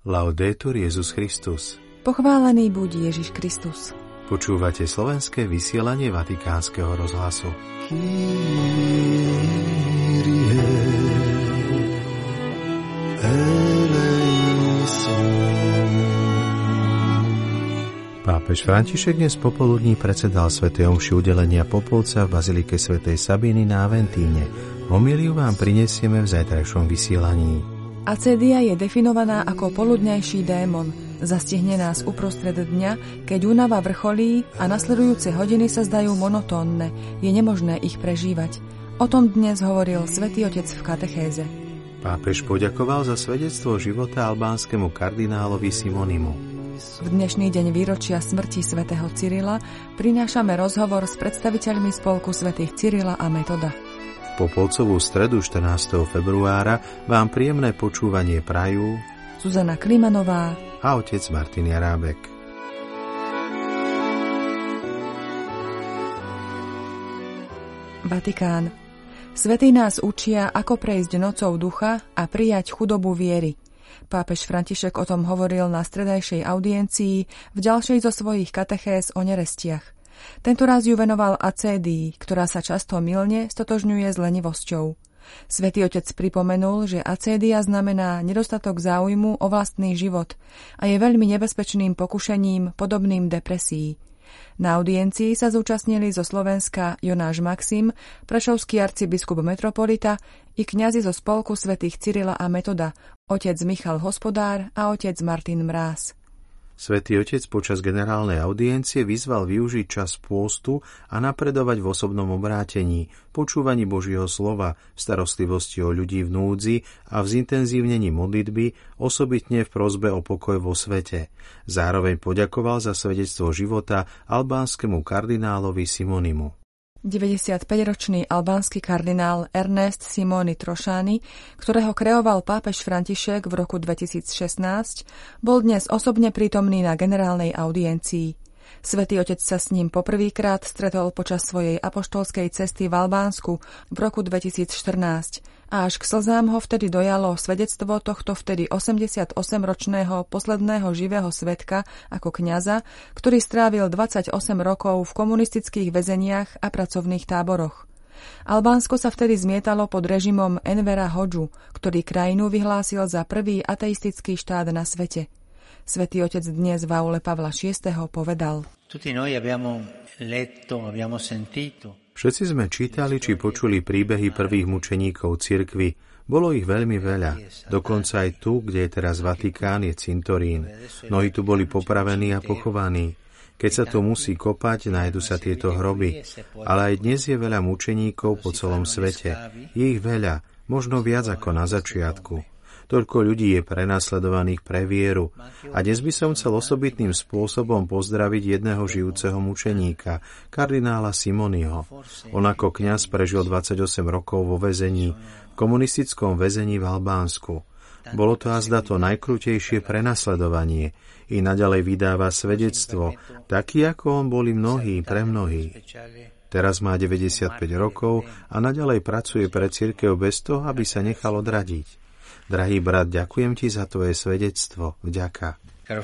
Laudetur Jesus Christus. Pochválený buď Ježiš Kristus. Počúvate slovenské vysielanie Vatikánskeho rozhlasu. Pápež František dnes popoludní predsedal svätej omši udelenia Popolca v bazilike svätej Sabiny na Aventíne. Homíliu vám prinesieme v zajtrajšom vysielaní. Acédia je definovaná ako poludňajší démon. Zastihne nás uprostred dňa, keď únava vrcholí a nasledujúce hodiny sa zdajú monotónne. Je nemožné ich prežívať. O tom dnes hovoril svätý Otec v katechéze. Pápež poďakoval za svedectvo života albánskemu kardinálovi Simonimu. V dnešný deň výročia smrti svätého Cyrila prinášame rozhovor s predstaviteľmi spolku svätých Cyrila a Metoda. V Popolcovú stredu 14. februára vám príjemné počúvanie prajú Zuzana Klimanová a otec Martin Jarábek. Vatikán. Svätí nás učia, ako prejsť nocou ducha a prijať chudobu viery. Pápež František o tom hovoril na stredajšej audiencii v ďalšej zo svojich katechéz o nerestiach. Tentoraz ju venoval acédii, ktorá sa často mylne stotožňuje s lenivosťou. Svätý Otec pripomenul, že acédia znamená nedostatok záujmu o vlastný život a je veľmi nebezpečným pokušením podobným depresii. Na audiencii sa zúčastnili zo Slovenska Jonáš Maxim, prešovský arcibiskup metropolita i kňazi zo spolku svätých Cyrila a Metoda, otec Michal Hospodár a otec Martin Mráz. Svätý Otec počas generálnej audiencie vyzval využiť čas pôstu a napredovať v osobnom obrátení, počúvaní Božieho slova, v starostlivosti o ľudí v núdzi a v zintenzívnení modlitby, osobitne v prosbe o pokoj vo svete. Zároveň poďakoval za svedectvo života albánskemu kardinálovi Simonimu. 95-ročný albánsky kardinál Ernest Simoni Trošány, ktorého kreoval pápež František v roku 2016, bol dnes osobne prítomný na generálnej audiencii. Svätý Otec sa s ním poprvýkrát stretol počas svojej apoštolskej cesty v Albánsku v roku 2014 a až k slzám ho vtedy dojalo svedectvo tohto vtedy 88-ročného posledného živého svedka ako kňaza, ktorý strávil 28 rokov v komunistických väzeniach a pracovných táboroch. Albánsko sa vtedy zmietalo pod režimom Envera Hodžu, ktorý krajinu vyhlásil za prvý ateistický štát na svete. Svätý Otec dnes v aule Pavla VI. Povedal: Všetci sme čítali či počuli príbehy prvých mučeníkov cirkvi. Bolo ich veľmi veľa. Dokonca aj tu, kde je teraz Vatikán, je cintorín. Mnohí tu boli popravení a pochovaní. Keď sa tu musí kopať, nájdu sa tieto hroby. Ale aj dnes je veľa mučeníkov po celom svete. Je ich veľa, možno viac ako na začiatku. Toľko ľudí je prenasledovaných pre vieru. A dnes by som chcel osobitným spôsobom pozdraviť jedného žijúceho mučeníka, kardinála Simoniho. On ako kňaz prežil 28 rokov vo väzení, v komunistickom väzení v Albánsku. Bolo to azda to najkrutejšie prenasledovanie. I naďalej vydáva svedectvo, taký ako on boli mnohí, pre mnohých. Teraz má 95 rokov a naďalej pracuje pre cirkev bez toho, aby sa nechal odradiť. Drahý brat, ďakujem ti za tvoje svedectvo. Vďaka.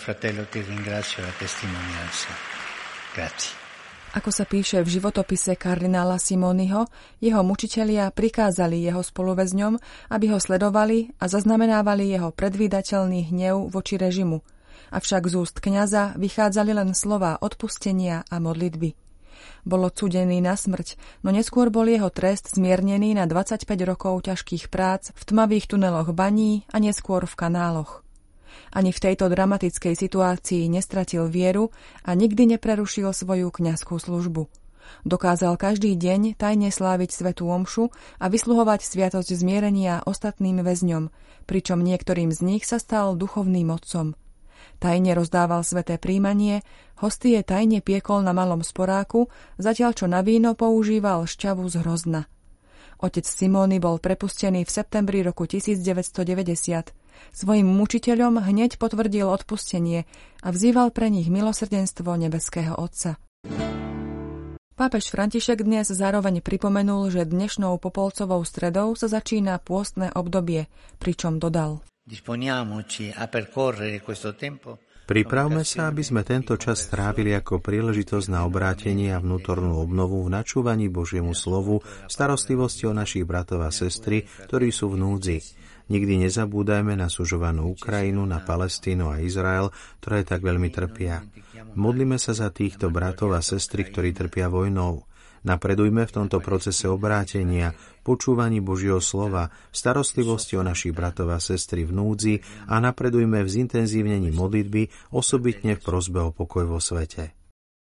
Ako sa píše v životopise kardinála Simoniho, jeho mučitelia prikázali jeho spoluväzňom, aby ho sledovali a zaznamenávali jeho predvídateľný hnev voči režimu. Avšak z úst kňaza vychádzali len slová odpustenia a modlitby. Bol odsúdený na smrť, no neskôr bol jeho trest zmiernený na 25 rokov ťažkých prác v tmavých tuneloch baní a neskôr v kanáloch. Ani v tejto dramatickej situácii nestratil vieru a nikdy neprerušil svoju kňazskú službu. Dokázal každý deň tajne sláviť svätú omšu a vysluhovať sviatosť zmierenia ostatným väzňom, pričom niektorým z nich sa stal duchovným otcom. Tajne rozdával sväté príjmanie, hostie tajne piekol na malom sporáku, zatiaľ čo na víno používal šťavu z hrozna. Otec Simoni bol prepustený v septembri roku 1990. Svojim mučiteľom hneď potvrdil odpustenie a vzýval pre nich milosrdenstvo nebeského Otca. Pápež František dnes zároveň pripomenul, že dnešnou popolcovou stredou sa začína pôstne obdobie, pričom dodal: Pripravme sa, aby sme tento čas strávili ako príležitosť na obrátenie a vnútornú obnovu v načúvaní Božiemu slovu, starostlivosti o našich bratov a sestry, ktorí sú v núdzi. Nikdy nezabúdajme na sužovanú Ukrajinu, na Palestínu a Izrael, ktoré tak veľmi trpia. Modlíme sa za týchto bratov a sestry, ktorí trpia vojnou. Napredujme v tomto procese obrátenia, počúvaní Božieho slova, starostlivosti o našich bratov a sestry v núdzi a napredujme v zintenzívnení modlitby, osobitne v prosbe o pokoj vo svete.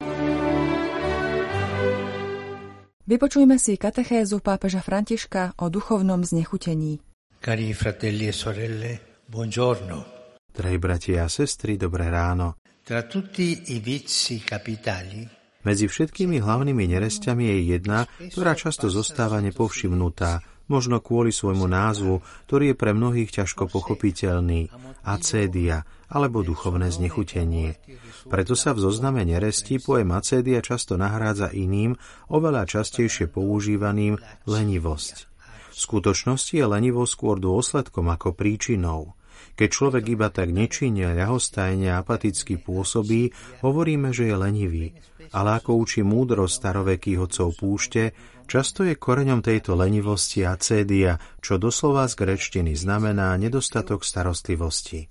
Vypočujme si katechézu pápeža Františka o duchovnom znechutení. Cari fratelli e sorelle, buongiorno. Drahí bratia a sestry, dobré ráno. Tra tutti i vizi capitali medzi všetkými hlavnými neresťami je jedna, ktorá často zostáva nepovšimnutá, možno kvôli svojmu názvu, ktorý je pre mnohých ťažko pochopiteľný, acédia, alebo duchovné znechutenie. Preto sa v zozname nerestí pojem acédia často nahrádza iným, oveľa častejšie používaným lenivosť. V skutočnosti je lenivosť skôr dôsledkom ako príčinou. Keď človek iba tak nečinne, ľahostajne a apaticky pôsobí, hovoríme, že je lenivý. Ale ako učí múdrosť starovekých otcov púšte, často je koreňom tejto lenivosti acédia, čo doslova z gréčtiny znamená nedostatok starostlivosti.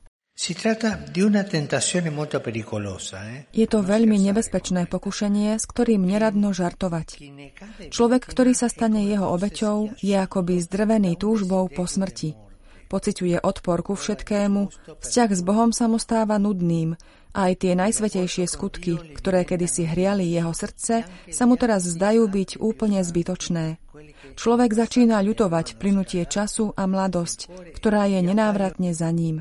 Je to veľmi nebezpečné pokušenie, s ktorým neradno žartovať. Človek, ktorý sa stane jeho obeťou, je akoby zdrvený túžbou po smrti. Pociťuje odpor ku všetkému, vzťah s Bohom sa mu stáva nudným a aj tie najsvätejšie skutky, ktoré kedysi hriali jeho srdce, sa mu teraz zdajú byť úplne zbytočné. Človek začína ľutovať plynutie času a mladosť, ktorá je nenávratne za ním.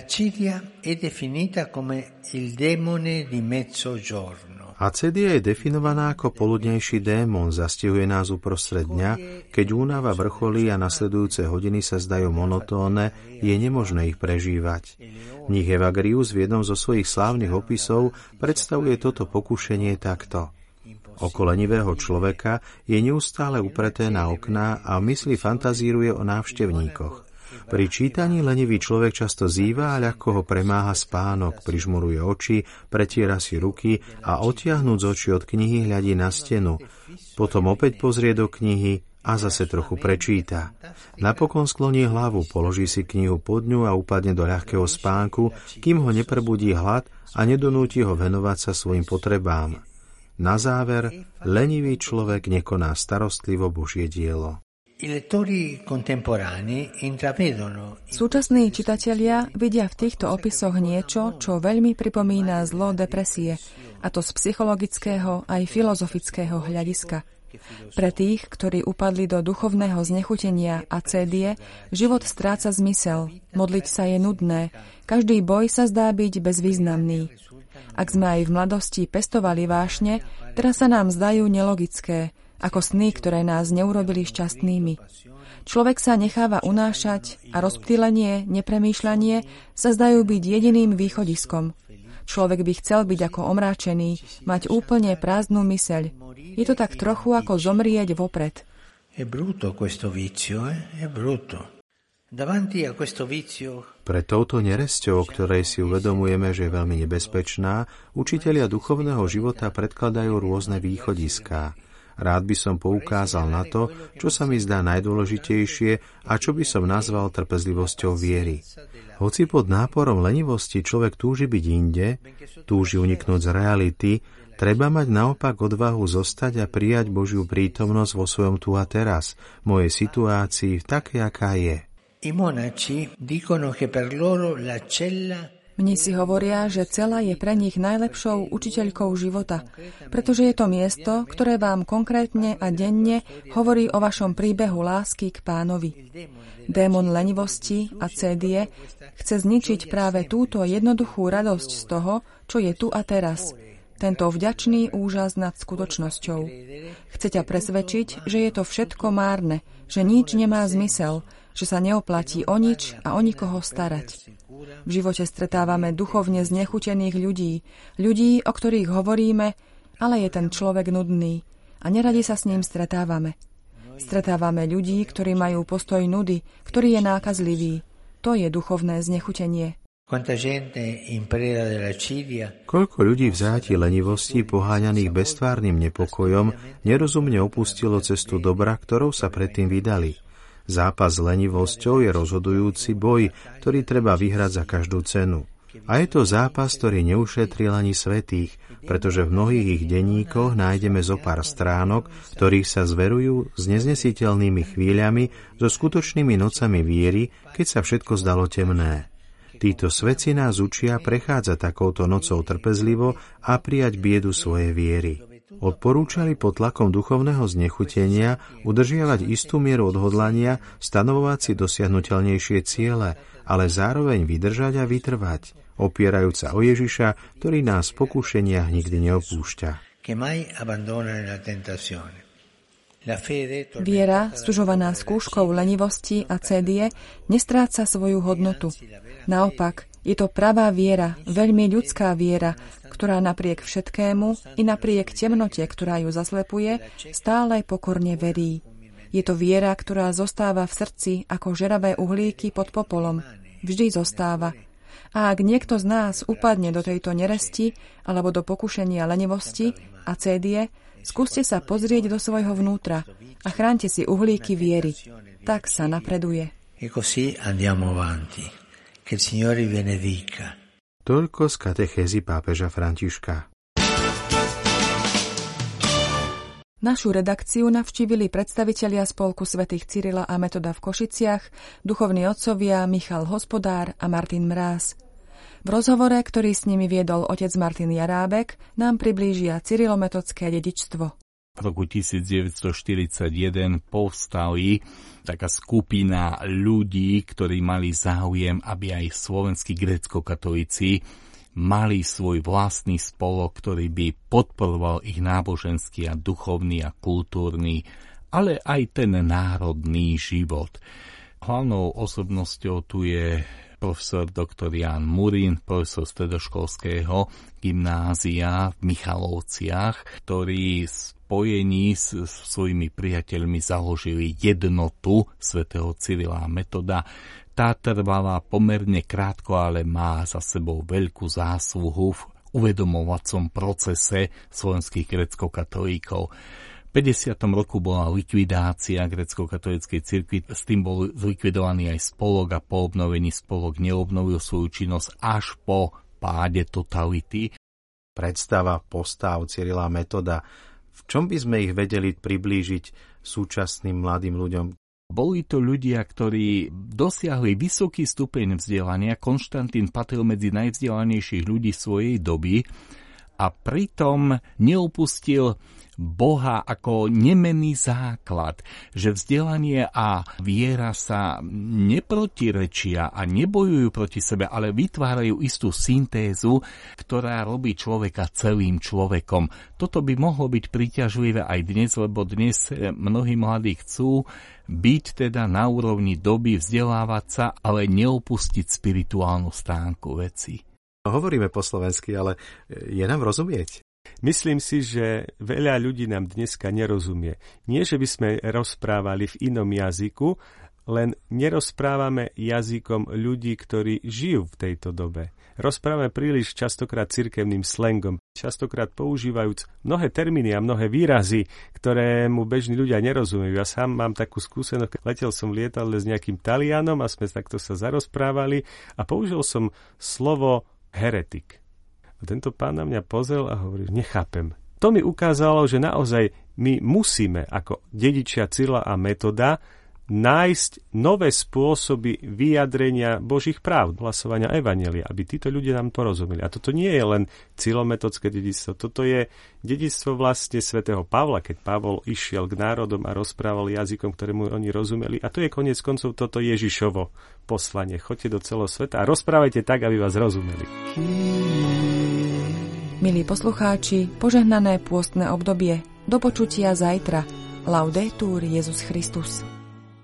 Acédia je definovaná ako poludnejší démon, zastihuje nás uprostred dňa, keď únava vrcholí a nasledujúce hodiny sa zdajú monotónne, je nemožné ich prežívať. Mních Evagrius v jednom zo svojich slávnych opisov predstavuje toto pokušenie takto. Oko lenivého človeka je neustále upreté na okná a v mysli fantazíruje o návštevníkoch. Pri čítaní lenivý človek často zýva a ľahko ho premáha spánok, prižmuruje oči, pretiera si ruky a odtiahnuť z očí od knihy hľadí na stenu. Potom opäť pozrie do knihy a zase trochu prečíta. Napokon skloní hlavu, položí si knihu pod ňu a upadne do ľahkého spánku, kým ho neprebudí hlad a nedonúti ho venovať sa svojim potrebám. Na záver, lenivý človek nekoná starostlivo Božie dielo. Súčasní čitatelia vidia v týchto opisoch niečo, čo veľmi pripomína zlo depresie, a to z psychologického aj filozofického hľadiska. Pre tých, ktorí upadli do duchovného znechutenia acédie, život stráca zmysel, modliť sa je nudné, každý boj sa zdá byť bezvýznamný. Ak sme aj v mladosti pestovali vášne, teraz sa nám zdajú nelogické, ako sny, ktoré nás neurobili šťastnými. Človek sa necháva unášať a rozptýlenie, nepremýšľanie sa zdajú byť jediným východiskom. Človek by chcel byť ako omráčený, mať úplne prázdnu myseľ. Je to tak trochu ako zomrieť vopred. Pre touto neresťou, o ktorej si uvedomujeme, že je veľmi nebezpečná, učitelia duchovného života predkladajú rôzne východiská. Rád by som poukázal na to, čo sa mi zdá najdôležitejšie a čo by som nazval trpezlivosťou viery. Hoci pod náporom lenivosti človek túži byť inde, túži uniknúť z reality, treba mať naopak odvahu zostať a prijať Božiu prítomnosť vo svojom tu a teraz, mojej situácii, také, aká je. Mnísi hovoria, že cela je pre nich najlepšou učiteľkou života, pretože je to miesto, ktoré vám konkrétne a denne hovorí o vašom príbehu lásky k Pánovi. Démon lenivosti a acédie chce zničiť práve túto jednoduchú radosť z toho, čo je tu a teraz, tento vďačný úžas nad skutočnosťou. Chce ťa presvedčiť, že je to všetko márne, že nič nemá zmysel, že sa neoplatí o nič a o nikoho starať. V živote stretávame duchovne znechutených ľudí, o ktorých hovoríme, ale je ten človek nudný a neradi sa s ním stretávame. Stretávame ľudí, ktorí majú postoj nudy, ktorý je nákazlivý. To je duchovné znechutenie. Koľko ľudí v záti lenivosti, poháňaných beztvárnym nepokojom, nerozumne opustilo cestu dobra, ktorou sa predtým vydali. Zápas s lenivosťou je rozhodujúci boj, ktorý treba vyhrať za každú cenu. A je to zápas, ktorý neušetril ani svätých, pretože v mnohých ich denníkoch nájdeme zo pár stránok, ktorých sa zverujú s neznesiteľnými chvíľami, so skutočnými nocami viery, keď sa všetko zdalo temné. Títo svätci nás učia prechádzať takouto nocou trpezlivo a prijať biedu svojej viery. Odporúčali pod tlakom duchovného znechutenia udržiavať istú mieru odhodlania, stanovovať si dosiahnuteľnejšie ciele, ale zároveň vydržať a vytrvať, opierajúc sa o Ježiša, ktorý nás v pokušeniach nikdy neopúšťa. Viera, stužovaná skúškou lenivosti a cédie, nestráca svoju hodnotu. Naopak, je to pravá viera, veľmi ľudská viera, ktorá napriek všetkému i napriek temnote, ktorá ju zaslepuje, stále pokorne verí. Je to viera, ktorá zostáva v srdci ako žeravé uhlíky pod popolom. Vždy zostáva. A ak niekto z nás upadne do tejto neresti alebo do pokušenia lenivosti a cédie, skúste sa pozrieť do svojho vnútra a chránte si uhlíky viery. Tak sa napreduje. Toľko z katechézy pápeža Františka. Našu redakciu navštívili predstavitelia spolku svätých Cyrila a Metoda v Košiciach, duchovní otcovia Michal Hospodár a Martin Mráz. V rozhovore, ktorý s nimi viedol otec Martin Jarábek, nám priblížia cyrilometodské dedičstvo. V roku 1941 povstali taká skupina ľudí, ktorí mali záujem, aby aj slovenskí gréckokatolíci mali svoj vlastný spolok, ktorý by podporoval ich náboženský a duchovný a kultúrny, ale aj ten národný život. Hlavnou osobnosťou tu je profesor dr. Ján Murín, profesor stredoškolského gymnázia v Michalovciach, ktorý spojení s svojimi priateľmi založili jednotu svätého Cyrila a Metoda. Tá trvala pomerne krátko, ale má za sebou veľkú zásluhu v uvedomovacom procese slovenských gréckokatolíkov. V 50. roku bola likvidácia gréckokatolíckej cirkvi, s tým bol zlikvidovaný aj spolok a po obnovení spolok neobnovil svoju činnosť až po páde totality. Predstava postáv Cyrila a Metoda, v čom by sme ich vedeli priblížiť súčasným mladým ľuďom? Boli to ľudia, ktorí dosiahli vysoký stupeň vzdelania. Konštantín patril medzi najvzdelanejších ľudí svojej doby a pritom neopustil Boha ako nemenný základ, že vzdelanie a viera sa neprotirečia a nebojujú proti sebe, ale vytvárajú istú syntézu, ktorá robí človeka celým človekom. Toto by mohlo byť príťažlivé aj dnes, lebo dnes mnohí mladí chcú byť teda na úrovni doby, vzdelávať sa, ale neopustiť spirituálnu stránku veci. Hovoríme po slovensky, ale je nám rozumieť? Myslím si, že veľa ľudí nám dneska nerozumie. Nie, že by sme rozprávali v inom jazyku, len nerozprávame jazykom ľudí, ktorí žijú v tejto dobe. Rozprávame príliš častokrát cirkevným slangom, častokrát používajúc mnohé termíny a mnohé výrazy, ktorému bežní ľudia nerozumejú. Ja sám mám takú skúsenosť, letel som v lietadle s nejakým Talianom a sme takto sa zarozprávali a použil som slovo heretik. A tento pán na mňa pozrel a hovorí, nechápem. To mi ukázalo, že naozaj my musíme ako dedičia Cyrila a Metoda nájsť nové spôsoby vyjadrenia Božích práv, hlasovania evanjelia, aby títo ľudia nám porozumeli. A toto nie je len cyrilometodské dedičstvo, toto je dedičstvo vlastne svätého Pavla, keď Pavol išiel k národom a rozprával jazykom, ktorému oni rozumeli. A to je koniec koncov toto Ježišovo poslanie. Choďte do celého sveta a rozprávajte tak, aby vás rozumeli. Milí poslucháči, požehnané pôstne obdobie. Do počutia zajtra. Laudetur Jesus Christus.